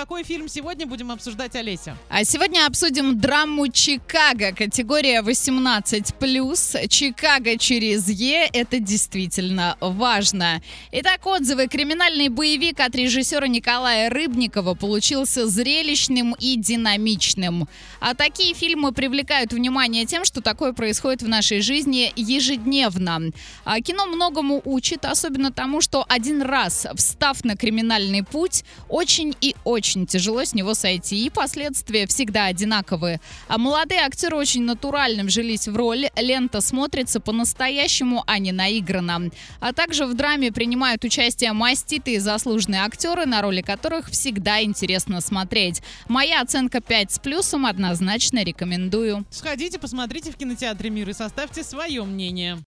какой фильм сегодня будем обсуждать, Олеся? А сегодня обсудим драму «Чикаго». Категория 18+. Чикаго через Е. Это действительно важно. Итак, отзывы. Криминальный боевик от режиссера Николая Рыбникова получился зрелищным и динамичным. А такие фильмы привлекают внимание тем, что такое происходит в нашей жизни ежедневно. А кино многому учит, особенно тому, что один раз встав на криминальный путь, очень и очень тяжело с него сойти, и последствия всегда одинаковые. А молодые актеры очень натурально вжились в роль, лента смотрится по-настоящему, а не наигранно. А также в драме принимают участие маститые заслуженные актеры, на роли которых всегда интересно смотреть. Моя оценка 5 с плюсом, однозначно рекомендую. Сходите, посмотрите в кинотеатре «Мир» и составьте свое мнение.